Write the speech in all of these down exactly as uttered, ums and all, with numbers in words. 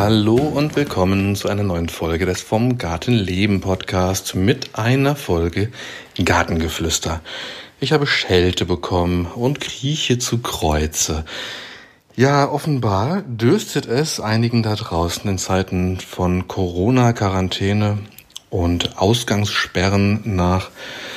Hallo und willkommen zu einer neuen Folge des Vom Garten Leben Podcast mit einer Folge Gartengeflüster. Ich habe Schelte bekommen und krieche zu Kreuze. Ja, offenbar dürstet es einigen da draußen in Zeiten von Corona-Quarantäne und Ausgangssperren nach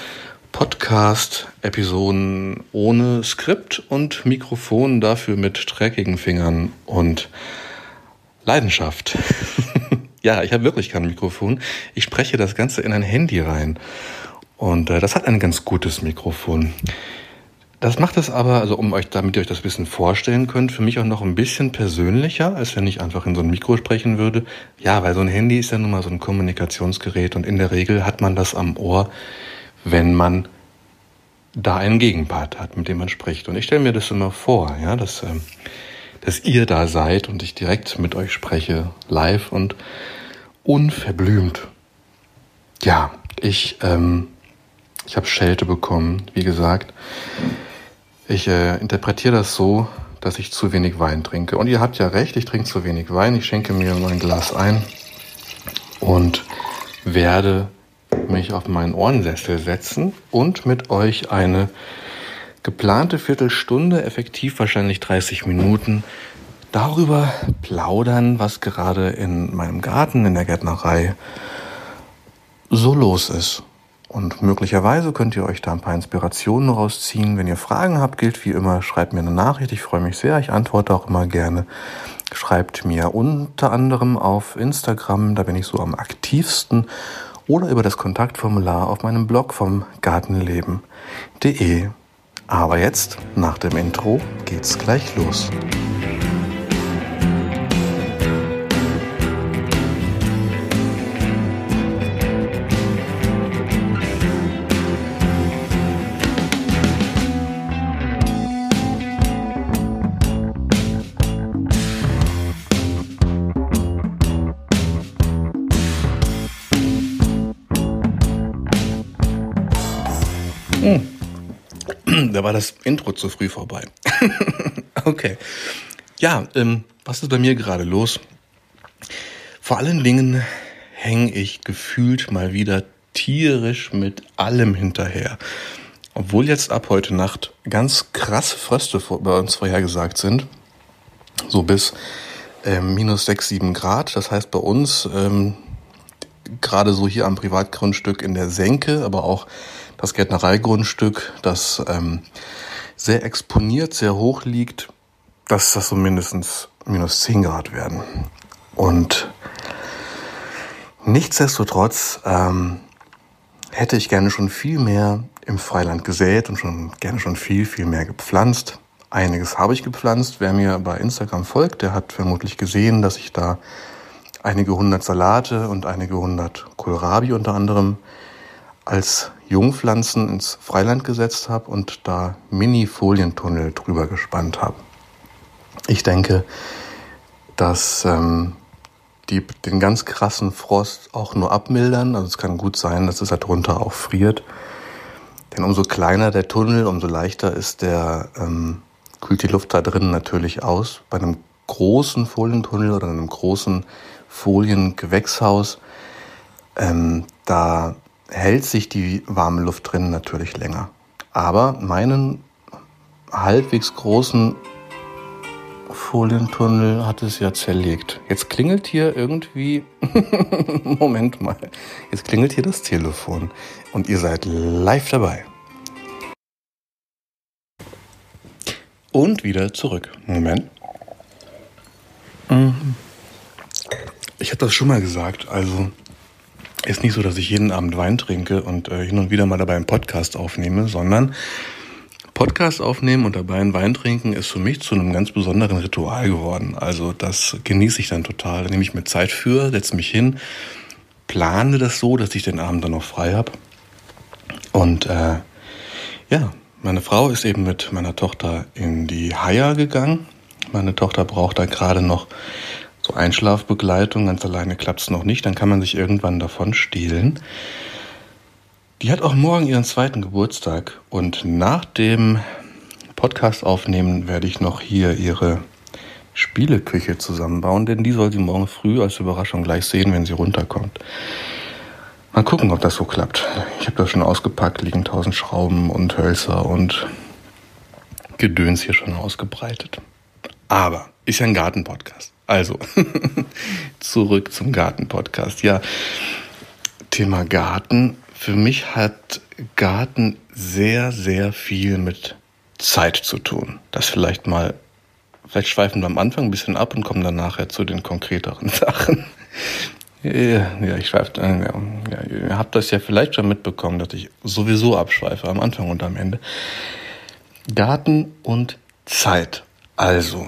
Podcast-Episoden ohne Skript und Mikrofon, dafür mit dreckigen Fingern und Leidenschaft. Ja, ich habe wirklich kein Mikrofon. Ich spreche das Ganze in ein Handy rein. Und äh, das hat ein ganz gutes Mikrofon. Das macht es aber, also um euch, damit ihr euch das ein bisschen vorstellen könnt, für mich auch noch ein bisschen persönlicher, als wenn ich einfach in so ein Mikro sprechen würde. Ja, weil so ein Handy ist ja nun mal so ein Kommunikationsgerät und in der Regel hat man das am Ohr, wenn man da einen Gegenpart hat, mit dem man spricht. Und ich stelle mir das immer vor, ja, dass... Ähm, dass ihr da seid und ich direkt mit euch spreche, live und unverblümt. Ja, ich, ähm, ich habe Schelte bekommen, wie gesagt. Ich äh, interpretiere das so, dass ich zu wenig Wein trinke. Und ihr habt ja recht, ich trinke zu wenig Wein. Ich schenke mir mein Glas ein und werde mich auf meinen Ohrensessel setzen und mit euch eine geplante Viertelstunde, effektiv wahrscheinlich dreißig Minuten, darüber plaudern, was gerade in meinem Garten, in der Gärtnerei so los ist. Und möglicherweise könnt ihr euch da ein paar Inspirationen rausziehen. Wenn ihr Fragen habt, gilt wie immer, schreibt mir eine Nachricht. Ich freue mich sehr, ich antworte auch immer gerne. Schreibt mir unter anderem auf Instagram, da bin ich so am aktivsten, oder über das Kontaktformular auf meinem Blog vom gartenleben punkt de. Aber jetzt, nach dem Intro, geht's gleich los. Hm. Da war das Intro zu früh vorbei. Okay. Ja, ähm, was ist bei mir gerade los? Vor allen Dingen hänge ich gefühlt mal wieder tierisch mit allem hinterher. Obwohl jetzt ab heute Nacht ganz krasse Fröste bei uns vorhergesagt sind. So bis ähm, minus sechs, sieben Grad. Das heißt bei uns ähm, gerade so hier am Privatgrundstück in der Senke, aber auch das Gärtnereigrundstück, das ähm, sehr exponiert, sehr hoch liegt, dass das so mindestens minus zehn Grad werden. Und nichtsdestotrotz ähm, hätte ich gerne schon viel mehr im Freiland gesät und schon gerne schon viel, viel mehr gepflanzt. Einiges habe ich gepflanzt. Wer mir bei Instagram folgt, der hat vermutlich gesehen, dass ich da einige hundert Salate und einige hundert Kohlrabi unter anderem als Jungpflanzen ins Freiland gesetzt habe und da Mini-Folientunnel drüber gespannt habe. Ich denke, dass ähm, die den ganz krassen Frost auch nur abmildern. Also es kann gut sein, dass es da drunter auch friert. Denn umso kleiner der Tunnel, umso leichter ist der, ähm, kühlt die Luft da drin natürlich aus. Bei einem großen Folientunnel oder einem großen Foliengewächshaus, ähm, da hält sich die warme Luft drin natürlich länger. Aber meinen halbwegs großen Folientunnel hat es ja zerlegt. Jetzt klingelt hier irgendwie, Moment mal, jetzt klingelt hier das Telefon und ihr seid live dabei. Und wieder zurück. Moment. Ich habe das schon mal gesagt, also ist nicht so, dass ich jeden Abend Wein trinke und äh, hin und wieder mal dabei einen Podcast aufnehme, sondern Podcast aufnehmen und dabei einen Wein trinken ist für mich zu einem ganz besonderen Ritual geworden. Also das genieße ich dann total. Da nehme ich mir Zeit für, setze mich hin, plane das so, dass ich den Abend dann noch frei habe. Und äh, ja, meine Frau ist eben mit meiner Tochter in die Haia gegangen. Meine Tochter braucht da gerade noch so Einschlafbegleitung, ganz alleine klappt es noch nicht, dann kann man sich irgendwann davon stehlen. Die hat auch morgen ihren zweiten Geburtstag und nach dem Podcast aufnehmen werde ich noch hier ihre Spieleküche zusammenbauen, denn die soll sie morgen früh als Überraschung gleich sehen, wenn sie runterkommt. Mal gucken, ob das so klappt. Ich habe das schon ausgepackt, liegen tausend Schrauben und Hölzer und Gedöns hier schon ausgebreitet. Aber ist ja ein Gartenpodcast. Also, zurück zum Gartenpodcast. Ja, Thema Garten. Für mich hat Garten sehr, sehr viel mit Zeit zu tun. Das vielleicht mal, vielleicht schweifen wir am Anfang ein bisschen ab und kommen dann nachher zu den konkreteren Sachen. Ja, ich schweife, ja, ja, ihr habt das ja vielleicht schon mitbekommen, dass ich sowieso abschweife, am Anfang und am Ende. Garten und Zeit. Also,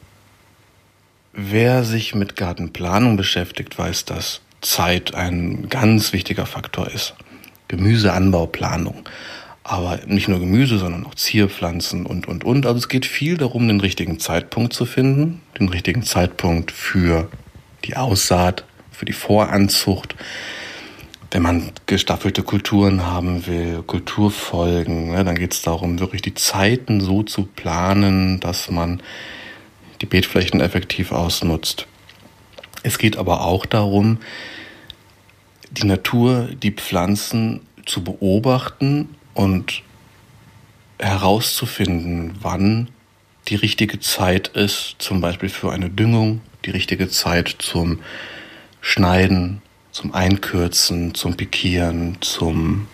wer sich mit Gartenplanung beschäftigt, weiß, dass Zeit ein ganz wichtiger Faktor ist. Gemüseanbauplanung. Aber nicht nur Gemüse, sondern auch Zierpflanzen und, und, und. Also es geht viel darum, den richtigen Zeitpunkt zu finden, den richtigen Zeitpunkt für die Aussaat, für die Voranzucht. Wenn man gestaffelte Kulturen haben will, Kulturfolgen, ne, dann geht es darum, wirklich die Zeiten so zu planen, dass man die Beetflächen effektiv ausnutzt. Es geht aber auch darum, die Natur, die Pflanzen zu beobachten und herauszufinden, wann die richtige Zeit ist, zum Beispiel für eine Düngung, die richtige Zeit zum Schneiden, zum Einkürzen, zum Pikieren, zum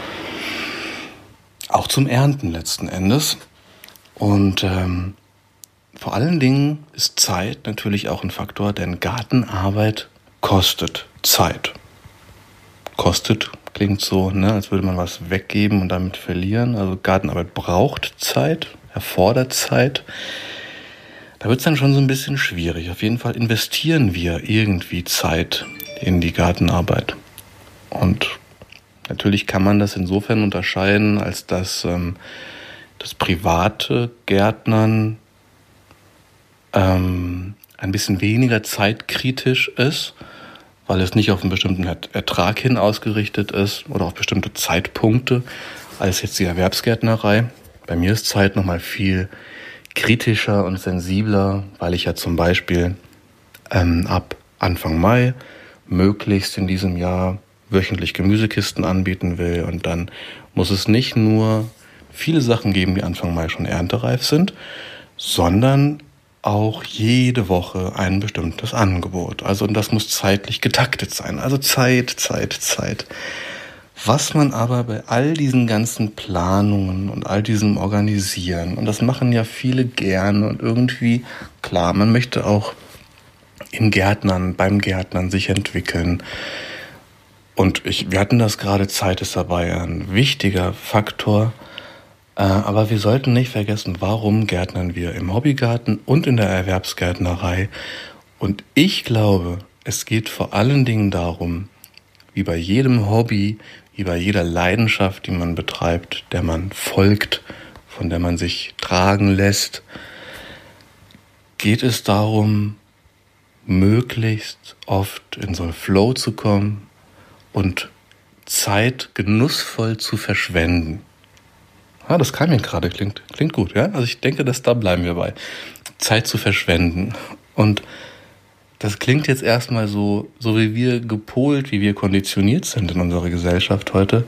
auch zum Ernten letzten Endes. Und ähm, vor allen Dingen ist Zeit natürlich auch ein Faktor, denn Gartenarbeit kostet Zeit. Kostet klingt so, ne, als würde man was weggeben und damit verlieren. Also Gartenarbeit braucht Zeit, erfordert Zeit. Da wird es dann schon so ein bisschen schwierig. Auf jeden Fall investieren wir irgendwie Zeit in die Gartenarbeit. Und natürlich kann man das insofern unterscheiden, als dass ähm, das private Gärtnern ähm, ein bisschen weniger zeitkritisch ist, weil es nicht auf einen bestimmten Ertrag hin ausgerichtet ist oder auf bestimmte Zeitpunkte, als jetzt die Erwerbsgärtnerei. Bei mir ist Zeit nochmal viel kritischer und sensibler, weil ich ja zum Beispiel ähm, ab Anfang Mai möglichst in diesem Jahr wöchentlich Gemüsekisten anbieten will. Und dann muss es nicht nur viele Sachen geben, die Anfang Mai schon erntereif sind, sondern auch jede Woche ein bestimmtes Angebot. Also und das muss zeitlich getaktet sein. Also Zeit, Zeit, Zeit. Was man aber bei all diesen ganzen Planungen und all diesem Organisieren, und das machen ja viele gerne und irgendwie, klar, man möchte auch im Gärtnern, beim Gärtnern sich entwickeln. Und ich, wir hatten das gerade, Zeit ist dabei ein wichtiger Faktor. Aber wir sollten nicht vergessen, warum gärtnern wir im Hobbygarten und in der Erwerbsgärtnerei. Und ich glaube, es geht vor allen Dingen darum, wie bei jedem Hobby, wie bei jeder Leidenschaft, die man betreibt, der man folgt, von der man sich tragen lässt, geht es darum, möglichst oft in so einen Flow zu kommen und Zeit genussvoll zu verschwenden. Ja, das kam mir gerade, klingt, klingt gut, ja? Also ich denke, dass da bleiben wir bei. Zeit zu verschwenden. Und das klingt jetzt erstmal so, so wie wir gepolt, wie wir konditioniert sind in unserer Gesellschaft heute.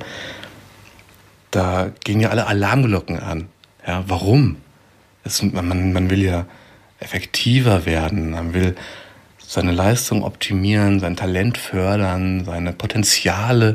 Da gehen ja alle Alarmglocken an. Ja, warum? Es, man, man will ja effektiver werden, man will seine Leistung optimieren, sein Talent fördern, seine Potenziale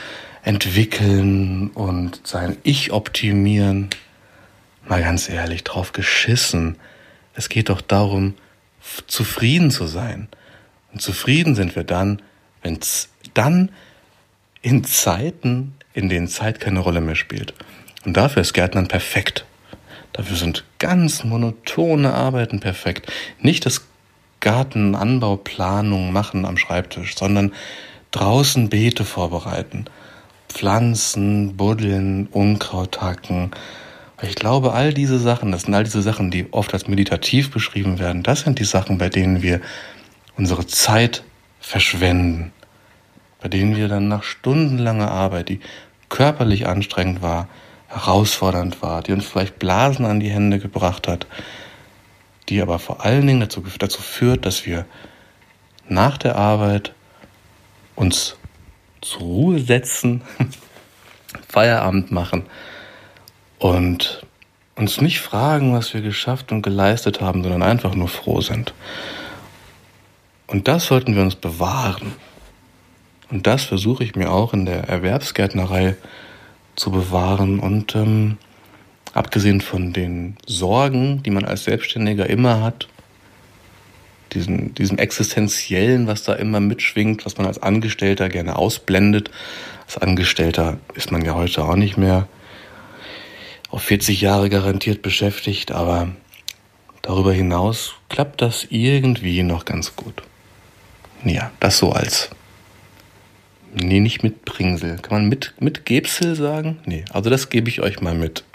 entwickeln und sein Ich optimieren. Mal ganz ehrlich, drauf geschissen. Es geht doch darum, f- zufrieden zu sein. Und zufrieden sind wir dann, wenn es dann in Zeiten, in denen Zeit keine Rolle mehr spielt. Und dafür ist Gärtnern perfekt. Dafür sind ganz monotone Arbeiten perfekt. Nicht das Gartenanbauplanung machen am Schreibtisch, sondern draußen Beete vorbereiten. Pflanzen, buddeln, Unkraut hacken. Ich glaube, all diese Sachen, das sind all diese Sachen, die oft als meditativ beschrieben werden, das sind die Sachen, bei denen wir unsere Zeit verschwenden. Bei denen wir dann nach stundenlanger Arbeit, die körperlich anstrengend war, herausfordernd war, die uns vielleicht Blasen an die Hände gebracht hat, die aber vor allen Dingen dazu, dazu führt, dass wir nach der Arbeit uns zur Ruhe setzen, Feierabend machen und uns nicht fragen, was wir geschafft und geleistet haben, sondern einfach nur froh sind. Und das sollten wir uns bewahren. Und das versuche ich mir auch in der Erwerbsgärtnerei zu bewahren. Und ähm, abgesehen von den Sorgen, die man als Selbstständiger immer hat, diesen, diesem Existenziellen, was da immer mitschwingt, was man als Angestellter gerne ausblendet. Als Angestellter ist man ja heute auch nicht mehr auf vierzig Jahre garantiert beschäftigt, aber darüber hinaus klappt das irgendwie noch ganz gut. Ja, das so als, nee, nicht mit Bringsel. Kann man mit, mit Gebsel sagen? Nee, also das gebe ich euch mal mit.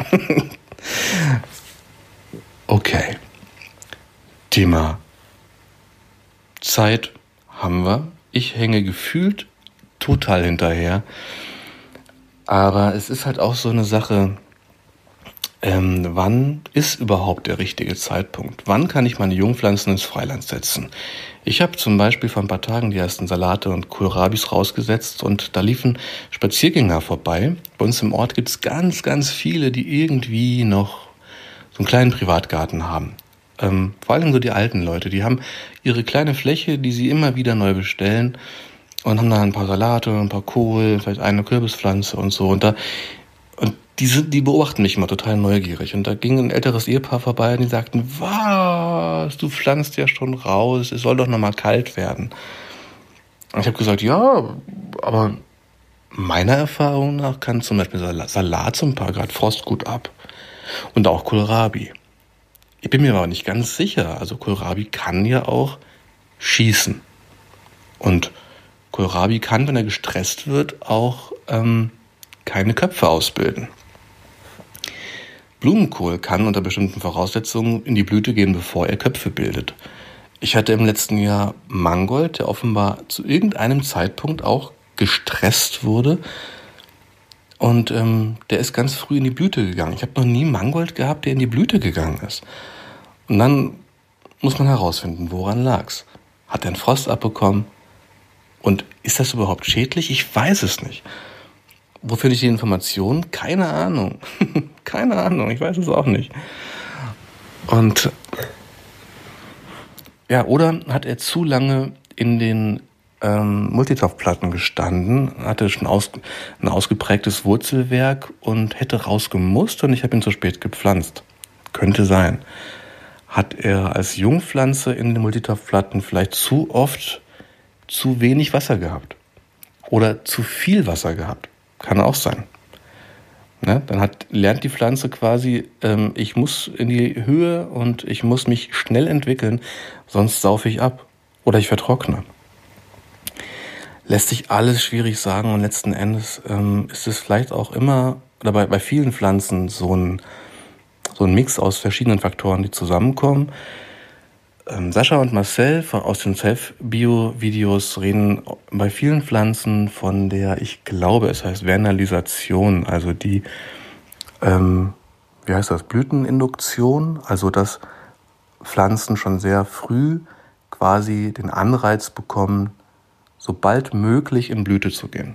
Okay. Thema Zeit haben wir. Ich hänge gefühlt total hinterher. Aber es ist halt auch so eine Sache, ähm, wann ist überhaupt der richtige Zeitpunkt? Wann kann ich meine Jungpflanzen ins Freiland setzen? Ich habe zum Beispiel vor ein paar Tagen die ersten Salate und Kohlrabis rausgesetzt und da liefen Spaziergänger vorbei. Bei uns im Ort gibt es ganz, ganz viele, die irgendwie noch so einen kleinen Privatgarten haben. Ähm, vor allem so die alten Leute, die haben ihre kleine Fläche, die sie immer wieder neu bestellen und haben da ein paar Salate, ein paar Kohl, vielleicht eine Kürbispflanze und so. Und da und die, sind, die beobachten mich immer total neugierig. Und da ging ein älteres Ehepaar vorbei und die sagten, was, du pflanzt ja schon raus, es soll doch nochmal kalt werden. Und ich habe gesagt, ja, aber meiner Erfahrung nach kann zum Beispiel Salat zum paar Grad Frost gut ab. Und auch Kohlrabi. Ich bin mir aber nicht ganz sicher. Also Kohlrabi kann ja auch schießen. Und Kohlrabi kann, wenn er gestresst wird, auch ähm, keine Köpfe ausbilden. Blumenkohl kann unter bestimmten Voraussetzungen in die Blüte gehen, bevor er Köpfe bildet. Ich hatte im letzten Jahr Mangold, der offenbar zu irgendeinem Zeitpunkt auch gestresst wurde. Und ähm, der ist ganz früh in die Blüte gegangen. Ich habe noch nie Mangold gehabt, der in die Blüte gegangen ist. Und dann muss man herausfinden, woran lag's. Hat er einen Frost abbekommen? Und ist das überhaupt schädlich? Ich weiß es nicht. Wo finde ich die Informationen? Keine Ahnung. Keine Ahnung, ich weiß es auch nicht. Und ja, oder hat er zu lange in den ähm, Multitopfplatten gestanden, hatte schon aus, ein ausgeprägtes Wurzelwerk und hätte rausgemusst und ich habe ihn zu spät gepflanzt. Könnte sein. Hat er als Jungpflanze in den Multitopfplatten vielleicht zu oft zu wenig Wasser gehabt? Oder zu viel Wasser gehabt? Kann auch sein. Ne? Dann hat, lernt die Pflanze quasi, ähm, ich muss in die Höhe und ich muss mich schnell entwickeln, sonst saufe ich ab oder ich vertrockne. Lässt sich alles schwierig sagen und letzten Endes ähm, ist es vielleicht auch immer, oder bei, bei vielen Pflanzen so ein, so ein Mix aus verschiedenen Faktoren, die zusammenkommen. Ähm, Sascha und Marcel von, aus den Self-Bio-Videos reden bei vielen Pflanzen von der, ich glaube, es heißt Vernalisation, also die, ähm, wie heißt das, Blüteninduktion, also dass Pflanzen schon sehr früh quasi den Anreiz bekommen, so bald möglich in Blüte zu gehen.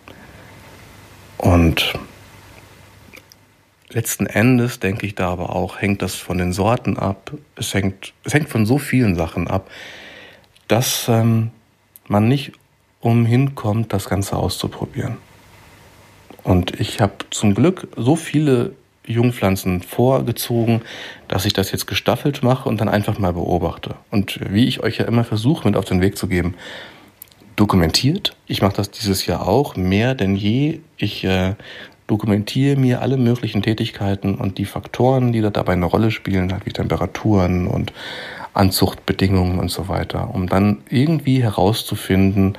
Und letzten Endes, denke ich da aber auch, hängt das von den Sorten ab. Es hängt, es hängt von so vielen Sachen ab, dass ähm, man nicht umhin kommt, das Ganze auszuprobieren. Und ich habe zum Glück so viele Jungpflanzen vorgezogen, dass ich das jetzt gestaffelt mache und dann einfach mal beobachte. Und wie ich euch ja immer versuche, mit auf den Weg zu geben, dokumentiert. Ich mache das dieses Jahr auch, mehr denn je. Ich äh, dokumentiere mir alle möglichen Tätigkeiten und die Faktoren, die da dabei eine Rolle spielen, halt wie Temperaturen und Anzuchtbedingungen und so weiter, um dann irgendwie herauszufinden,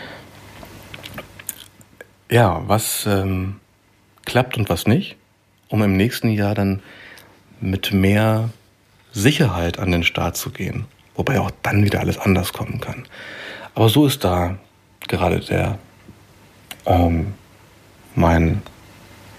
ja, was ähm, klappt und was nicht, um im nächsten Jahr dann mit mehr Sicherheit an den Start zu gehen, wobei auch dann wieder alles anders kommen kann. Aber so ist da gerade der ähm, mein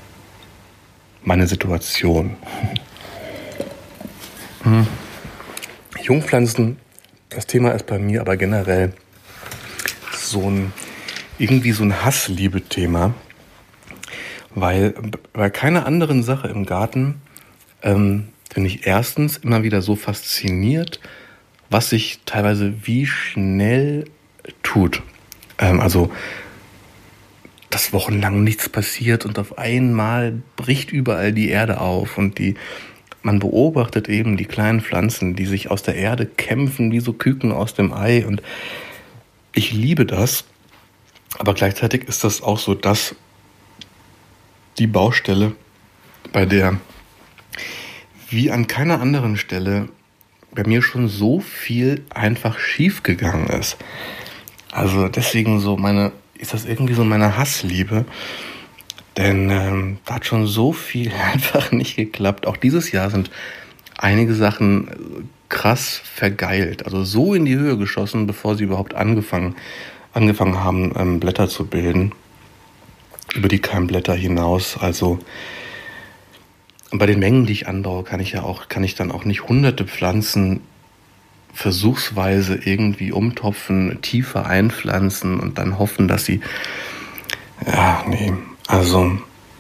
meine Situation. hm. Jungpflanzen, das Thema ist bei mir aber generell so ein, irgendwie so ein Hass-Liebe-Thema, weil bei keiner anderen Sache im Garten ähm, bin ich erstens immer wieder so fasziniert, was sich teilweise wie schnell tut. Ähm, also, dass wochenlang nichts passiert und auf einmal bricht überall die Erde auf und die man beobachtet eben die kleinen Pflanzen, die sich aus der Erde kämpfen, wie so Küken aus dem Ei. Und ich liebe das, aber gleichzeitig ist das auch so, dass die Baustelle, bei der wie an keiner anderen Stelle bei mir schon so viel einfach schief gegangen ist. Also deswegen so meine, ist das irgendwie so meine Hassliebe. Denn ähm, da hat schon so viel einfach nicht geklappt. Auch dieses Jahr sind einige Sachen krass vergeilt. Also so in die Höhe geschossen, bevor sie überhaupt angefangen, angefangen haben, ähm, Blätter zu bilden. Über die Keimblätter hinaus. Also bei den Mengen, die ich anbaue, kann ich ja auch, kann ich dann auch nicht hunderte Pflanzen versuchsweise irgendwie umtopfen, tiefer einpflanzen und dann hoffen, dass sie, ja, nee, also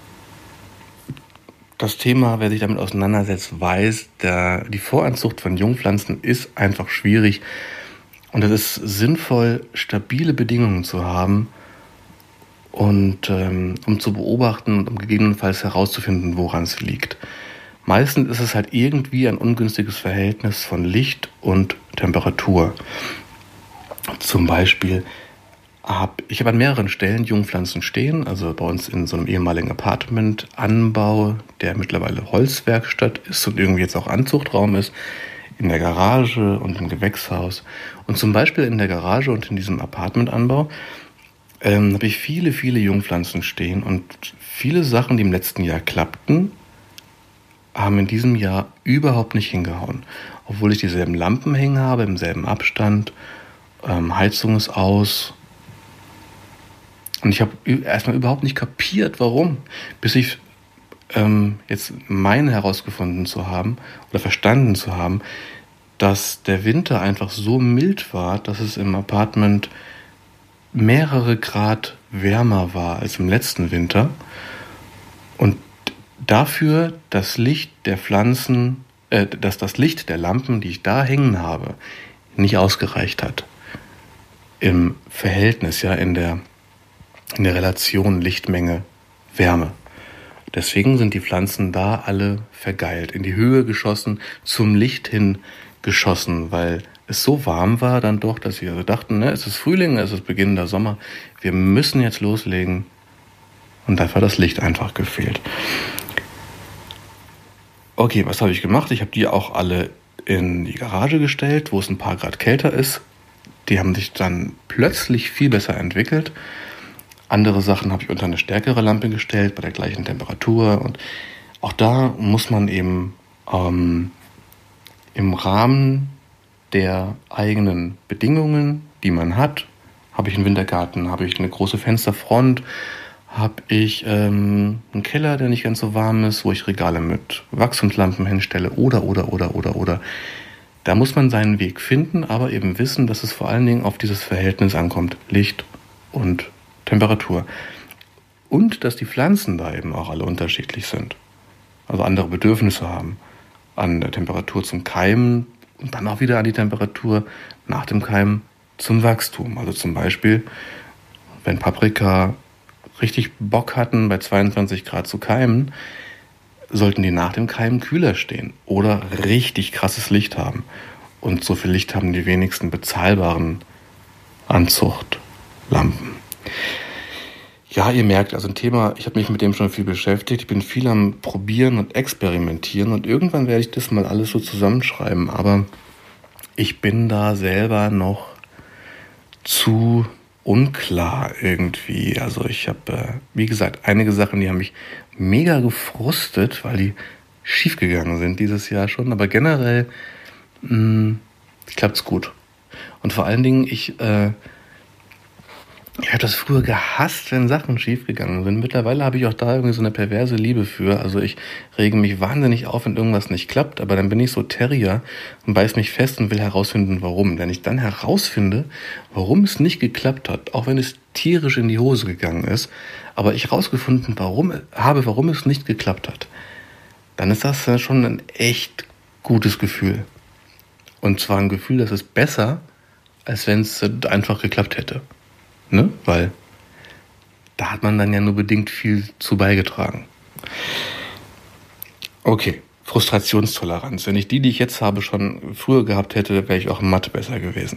das Thema, wer sich damit auseinandersetzt, weiß, der, die Voranzucht von Jungpflanzen ist einfach schwierig und es ist sinnvoll, stabile Bedingungen zu haben und ähm, um zu beobachten und um gegebenenfalls herauszufinden, woran es liegt. Meistens ist es halt irgendwie ein ungünstiges Verhältnis von Licht und Temperatur. Zum Beispiel habe ich habe an mehreren Stellen Jungpflanzen stehen, also bei uns in so einem ehemaligen Apartmentanbau, der mittlerweile Holzwerkstatt ist und irgendwie jetzt auch Anzuchtraum ist, in der Garage und im Gewächshaus. Und zum Beispiel in der Garage und in diesem Apartmentanbau ähm, habe ich viele, viele Jungpflanzen stehen und viele Sachen, die im letzten Jahr klappten, haben in diesem Jahr überhaupt nicht hingehauen. Obwohl ich dieselben Lampen hängen habe, im selben Abstand, ähm, Heizung ist aus. Und ich habe erstmal überhaupt nicht kapiert, warum, bis ich ähm, jetzt meine herausgefunden zu haben oder verstanden zu haben, dass der Winter einfach so mild war, dass es im Apartment mehrere Grad wärmer war als im letzten Winter und dafür das Licht der Pflanzen, äh, dass das Licht der Lampen, die ich da hängen habe, nicht ausgereicht hat. Im Verhältnis, ja, in der, in der Relation Lichtmenge, Wärme. Deswegen sind die Pflanzen da alle vergeilt, in die Höhe geschossen, zum Licht hin geschossen, weil es so warm war dann doch, dass sie also dachten, ne, es ist Frühling, es ist beginnender Sommer, wir müssen jetzt loslegen. Und dafür hat das Licht einfach gefehlt. Okay, was habe ich gemacht? Ich habe die auch alle in die Garage gestellt, wo es ein paar Grad kälter ist. Die haben sich dann plötzlich viel besser entwickelt. Andere Sachen habe ich unter eine stärkere Lampe gestellt, bei der gleichen Temperatur. Und auch da muss man eben ähm, im Rahmen der eigenen Bedingungen, die man hat, habe ich einen Wintergarten, habe ich eine große Fensterfront, habe ich ähm, einen Keller, der nicht ganz so warm ist, wo ich Regale mit Wachstumslampen hinstelle oder, oder, oder, oder, oder. Da muss man seinen Weg finden, aber eben wissen, dass es vor allen Dingen auf dieses Verhältnis ankommt, Licht und Temperatur. Und dass die Pflanzen da eben auch alle unterschiedlich sind, also andere Bedürfnisse haben an der Temperatur zum Keimen und dann auch wieder an die Temperatur nach dem Keimen zum Wachstum. Also zum Beispiel, wenn Paprika richtig Bock hatten, bei zweiundzwanzig Grad zu keimen, sollten die nach dem Keimen kühler stehen oder richtig krasses Licht haben. Und so viel Licht haben die wenigsten bezahlbaren Anzuchtlampen. Ja, ihr merkt, also ein Thema, ich habe mich mit dem schon viel beschäftigt. Ich bin viel am Probieren und Experimentieren und irgendwann werde ich das mal alles so zusammenschreiben. Aber ich bin da selber noch zu unklar irgendwie. Also ich habe, äh, wie gesagt, einige Sachen, die haben mich mega gefrustet, weil die schiefgegangen sind dieses Jahr schon. Aber generell klappt es gut. Und vor allen Dingen, ich, äh, Ich habe das früher gehasst, wenn Sachen schiefgegangen sind. Mittlerweile habe ich auch da irgendwie so eine perverse Liebe für. Also ich rege mich wahnsinnig auf, wenn irgendwas nicht klappt, aber dann bin ich so Terrier und beiß mich fest und will herausfinden, warum. Wenn ich dann herausfinde, warum es nicht geklappt hat, auch wenn es tierisch in die Hose gegangen ist, aber ich herausgefunden warum, habe, warum es nicht geklappt hat, dann ist das schon ein echt gutes Gefühl. Und zwar ein Gefühl, das ist besser, als wenn es einfach geklappt hätte. Ne? Weil da hat man dann ja nur bedingt viel zu beigetragen. Okay, Frustrationstoleranz. Wenn ich die, die ich jetzt habe, schon früher gehabt hätte, wäre ich auch in Mathe besser gewesen.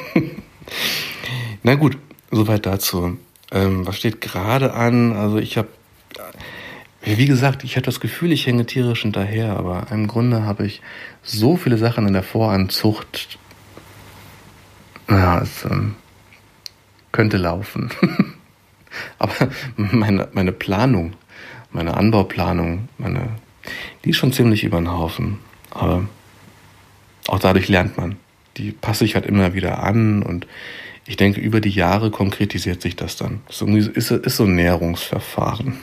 Na gut, soweit dazu. Ähm, was steht gerade an? Also ich habe, wie gesagt, ich habe das Gefühl, ich hänge tierisch hinterher, aber im Grunde habe ich so viele Sachen in der Voranzucht. Ja, es ähm, könnte laufen. Aber meine, meine Planung, meine Anbauplanung, meine, die ist schon ziemlich über den Haufen. Aber auch dadurch lernt man. Die passe ich halt immer wieder an und ich denke, über die Jahre konkretisiert sich das dann. Das ist, ist so ein Näherungsverfahren.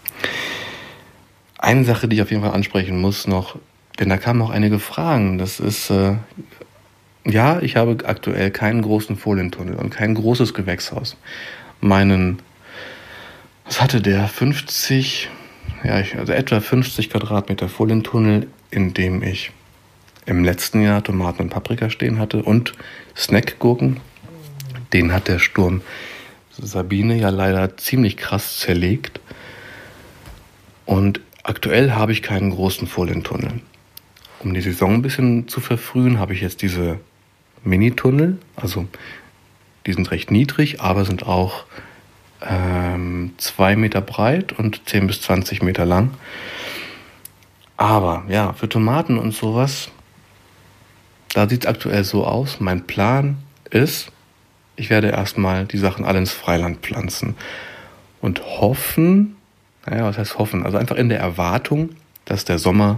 Eine Sache, die ich auf jeden Fall ansprechen muss noch, denn da kamen auch einige Fragen. Das ist, äh, ja, ich habe aktuell keinen großen Folientunnel und kein großes Gewächshaus. Meinen, was hatte der, fünfzig, ja, ich, also etwa fünfzig Quadratmeter Folientunnel, in dem ich im letzten Jahr Tomaten und Paprika stehen hatte und Snackgurken. Den hat der Sturm Sabine ja leider ziemlich krass zerlegt. Und aktuell habe ich keinen großen Folientunnel. Um die Saison ein bisschen zu verfrühen, habe ich jetzt diese Mini-Tunnel. Also die sind recht niedrig, aber sind auch ähm, zwei Meter breit und zehn bis zwanzig Meter lang. Aber ja, für Tomaten und sowas, da sieht es aktuell so aus. Mein Plan ist, ich werde erstmal die Sachen alle ins Freiland pflanzen und hoffen, naja, was heißt hoffen? Also einfach in der Erwartung, dass der Sommer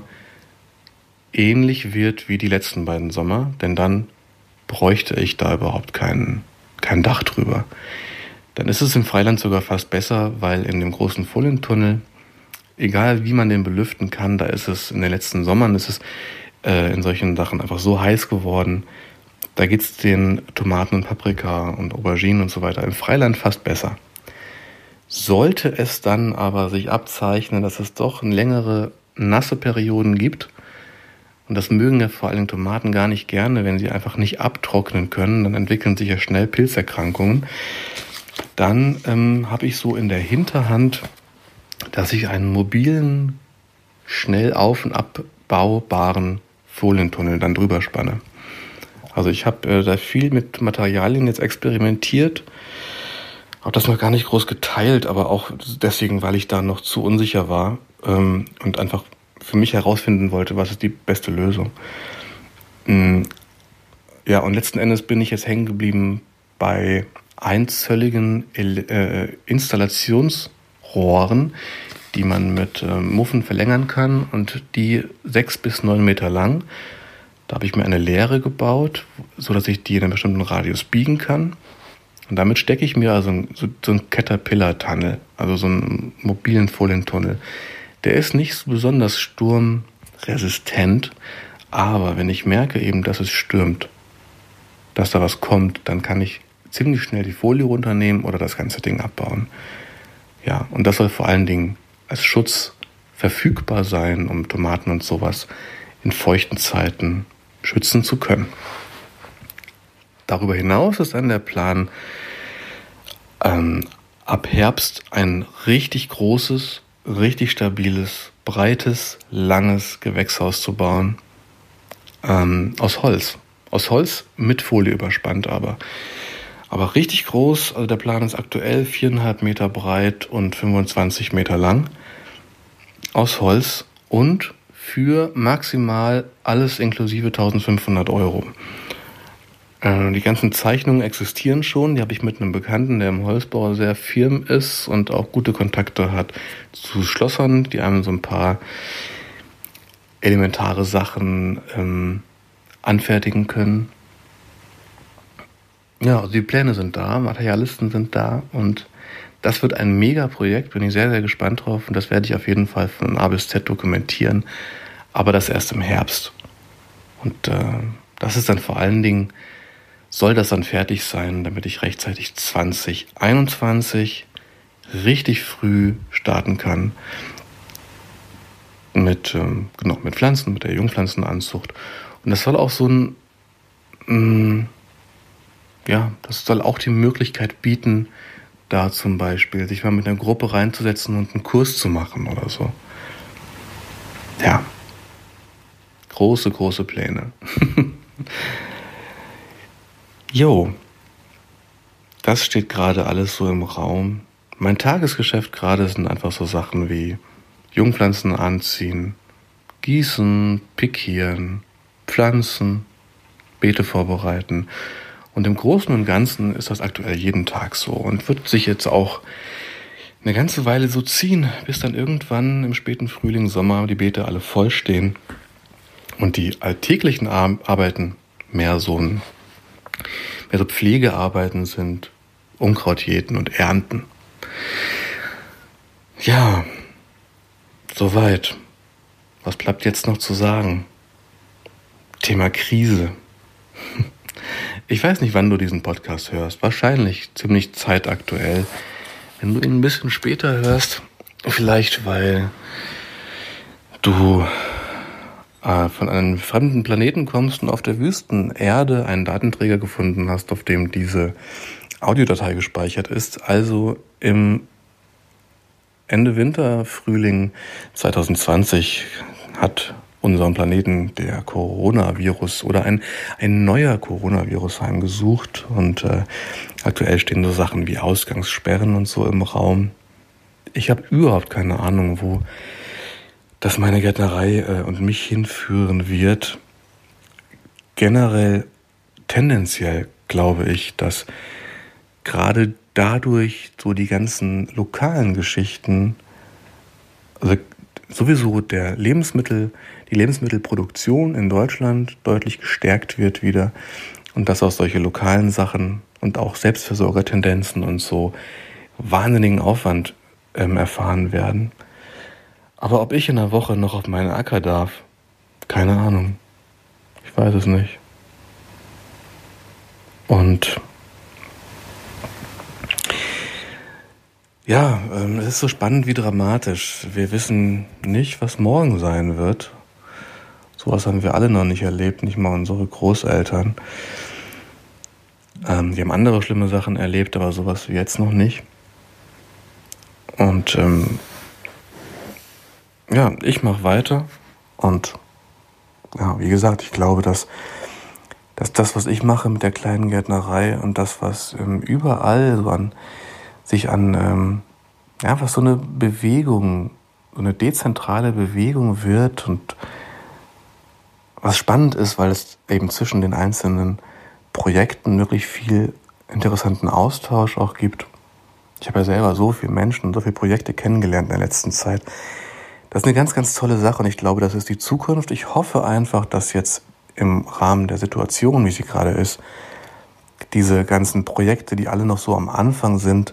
ähnlich wird wie die letzten beiden Sommer, denn dann bräuchte ich da überhaupt kein, kein Dach drüber. Dann ist es im Freiland sogar fast besser, weil in dem großen Folientunnel, egal wie man den belüften kann, da ist es in den letzten Sommern, ist es äh, in solchen Sachen einfach so heiß geworden, da geht es den Tomaten und Paprika und Auberginen und so weiter im Freiland fast besser. Sollte es dann aber sich abzeichnen, dass es doch längere nasse Perioden gibt, und das mögen ja vor allem Tomaten gar nicht gerne, wenn sie einfach nicht abtrocknen können, dann entwickeln sich ja schnell Pilzerkrankungen, dann ähm, habe ich so in der Hinterhand, dass ich einen mobilen, schnell auf- und abbaubaren Folientunnel dann drüber spanne. Also ich habe äh, da viel mit Materialien jetzt experimentiert, habe das noch gar nicht groß geteilt, aber auch deswegen, weil ich da noch zu unsicher war ähm, und einfach für mich herausfinden wollte, was ist die beste Lösung. Ähm, ja, und letzten Endes bin ich jetzt hängen geblieben bei einzölligen El- äh, Installationsrohren, die man mit äh, Muffen verlängern kann und die sechs bis neun Meter lang. Da habe ich mir eine Leere gebaut, sodass ich die in einem bestimmten Radius biegen kann. Und damit stecke ich mir also so, so einen Caterpillar-Tunnel, also so einen mobilen Folientunnel. Der ist nicht so besonders sturmresistent, aber wenn ich merke eben, dass es stürmt, dass da was kommt, dann kann ich ziemlich schnell die Folie runternehmen oder das ganze Ding abbauen. Ja, und das soll vor allen Dingen als Schutz verfügbar sein, um Tomaten und sowas in feuchten Zeiten schützen zu können. Darüber hinaus ist dann der Plan, ähm, ab Herbst ein richtig großes, richtig stabiles, breites, langes Gewächshaus zu bauen. Ähm, aus Holz. Aus Holz mit Folie überspannt aber. Aber richtig groß, also der Plan ist aktuell viereinhalb Meter breit und fünfundzwanzig Meter lang. Aus Holz und für maximal alles inklusive eintausendfünfhundert Euro. Die ganzen Zeichnungen existieren schon, die habe ich mit einem Bekannten, der im Holzbau sehr firm ist und auch gute Kontakte hat zu Schlossern, die einem so ein paar elementare Sachen ähm, anfertigen können. Ja, also die Pläne sind da, Materialisten sind da und das wird ein Mega-Projekt, bin ich sehr, sehr gespannt drauf und das werde ich auf jeden Fall von A bis Z dokumentieren, aber das erst im Herbst. Und äh, das ist dann vor allen Dingen, soll das dann fertig sein, damit ich rechtzeitig zwanzig einundzwanzig richtig früh starten kann mit, ähm, genau, mit Pflanzen, mit der Jungpflanzenanzucht. Und das soll auch so ein, mh, ja, das soll auch die Möglichkeit bieten, da zum Beispiel sich mal mit einer Gruppe reinzusetzen und einen Kurs zu machen oder so. Ja, große, große Pläne. Jo, das steht gerade alles so im Raum. Mein Tagesgeschäft gerade sind einfach so Sachen wie Jungpflanzen anziehen, gießen, pikieren, pflanzen, Beete vorbereiten. Und im Großen und Ganzen ist das aktuell jeden Tag so und wird sich jetzt auch eine ganze Weile so ziehen, bis dann irgendwann im späten Frühling, Sommer die Beete alle voll stehen und die alltäglichen Arbeiten mehr so ein mehr so Pflegearbeiten sind, Unkraut jäten und ernten. Ja, soweit. Was bleibt jetzt noch zu sagen? Thema Krise. Ich weiß nicht, wann du diesen Podcast hörst. Wahrscheinlich ziemlich zeitaktuell. Wenn du ihn ein bisschen später hörst, vielleicht weil du äh, von einem fremden Planeten kommst und auf der Wüstenerde einen Datenträger gefunden hast, auf dem diese Audiodatei gespeichert ist. Also im Ende Winter, Frühling zwanzig zwanzig hat unseren Planeten der Coronavirus oder ein, ein neuer Coronavirus heimgesucht und äh, aktuell stehen so Sachen wie Ausgangssperren und so im Raum. Ich habe überhaupt keine Ahnung, wo das meine Gärtnerei äh, und mich hinführen wird. Generell, tendenziell glaube ich, dass gerade dadurch so die ganzen lokalen Geschichten, also sowieso der Lebensmittel, die Lebensmittelproduktion in Deutschland deutlich gestärkt wird wieder und dass auch solche lokalen Sachen und auch Selbstversorgertendenzen und so wahnsinnigen Aufwand ähm, erfahren werden. Aber ob ich in der Woche noch auf meinen Acker darf, keine Ahnung. Ich weiß es nicht. Und ja, ähm, es ist so spannend wie dramatisch. Wir wissen nicht, was morgen sein wird. Sowas haben wir alle noch nicht erlebt, nicht mal unsere Großeltern. Ähm, die haben andere schlimme Sachen erlebt, aber sowas wie jetzt noch nicht. Und ähm, ja, ich mache weiter. Und ja, wie gesagt, ich glaube, dass, dass das, was ich mache mit der kleinen Gärtnerei und das, was ähm, überall so an sich an, ähm, ja, was so eine Bewegung, so eine dezentrale Bewegung wird und was spannend ist, weil es eben zwischen den einzelnen Projekten wirklich viel interessanten Austausch auch gibt. Ich habe ja selber so viele Menschen und so viele Projekte kennengelernt in der letzten Zeit. Das ist eine ganz, ganz tolle Sache und ich glaube, das ist die Zukunft. Ich hoffe einfach, dass jetzt im Rahmen der Situation, wie sie gerade ist, diese ganzen Projekte, die alle noch so am Anfang sind,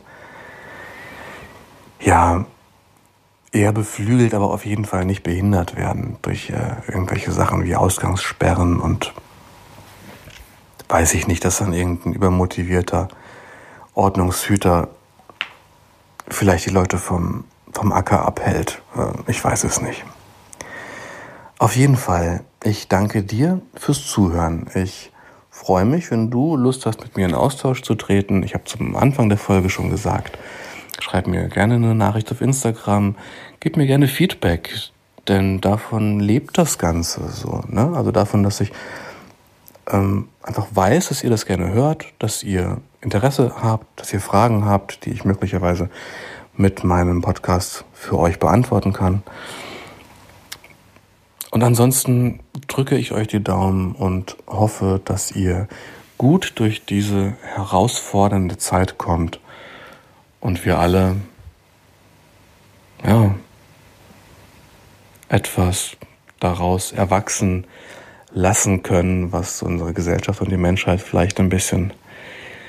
ja, eher beflügelt, aber auf jeden Fall nicht behindert werden durch äh, irgendwelche Sachen wie Ausgangssperren und weiß ich nicht, dass dann irgendein übermotivierter Ordnungshüter vielleicht die Leute vom, vom Acker abhält. Äh, ich weiß es nicht. Auf jeden Fall, ich danke dir fürs Zuhören. Ich freue mich, wenn du Lust hast, mit mir in Austausch zu treten. Ich habe zum Anfang der Folge schon gesagt, schreib mir gerne eine Nachricht auf Instagram, gib mir gerne Feedback, denn davon lebt das Ganze so, ne? Also davon, dass ich ähm, einfach weiß, dass ihr das gerne hört, dass ihr Interesse habt, dass ihr Fragen habt, die ich möglicherweise mit meinem Podcast für euch beantworten kann. Und ansonsten drücke ich euch die Daumen und hoffe, dass ihr gut durch diese herausfordernde Zeit kommt und wir alle, ja, etwas daraus erwachsen lassen können, was unsere Gesellschaft und die Menschheit vielleicht ein bisschen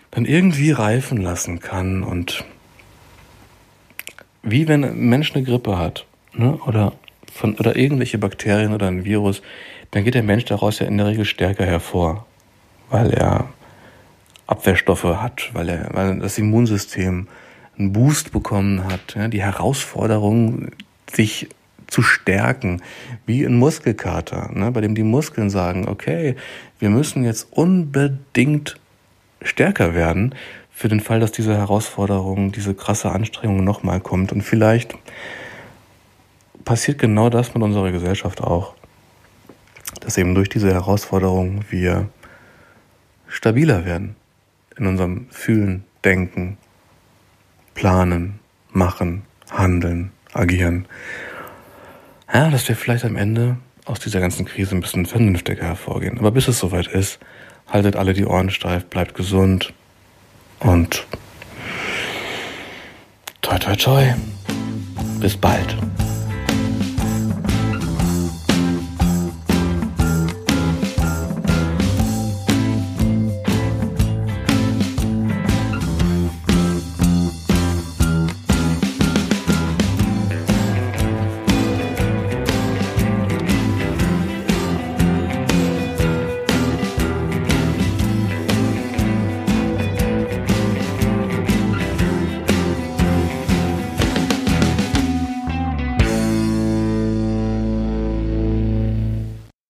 dann irgendwie reifen lassen kann. Und wie wenn ein Mensch eine Grippe hat, ne? oder, von, oder irgendwelche Bakterien oder ein Virus, dann geht der Mensch daraus ja in der Regel stärker hervor, weil er Abwehrstoffe hat, weil er, weil das Immunsystem einen Boost bekommen hat, ja? Die Herausforderung, sich zu stärken, wie ein Muskelkater, ne? Bei dem die Muskeln sagen, okay, wir müssen jetzt unbedingt stärker werden für den Fall, dass diese Herausforderung, diese krasse Anstrengung nochmal kommt. Und vielleicht passiert genau das mit unserer Gesellschaft auch, dass eben durch diese Herausforderung wir stabiler werden in unserem Fühlen, Denken, Planen, Machen, Handeln, Agieren. Ja, dass wir vielleicht am Ende aus dieser ganzen Krise ein bisschen vernünftiger hervorgehen. Aber bis es soweit ist, haltet alle die Ohren steif, bleibt gesund und toi toi toi. Bis bald.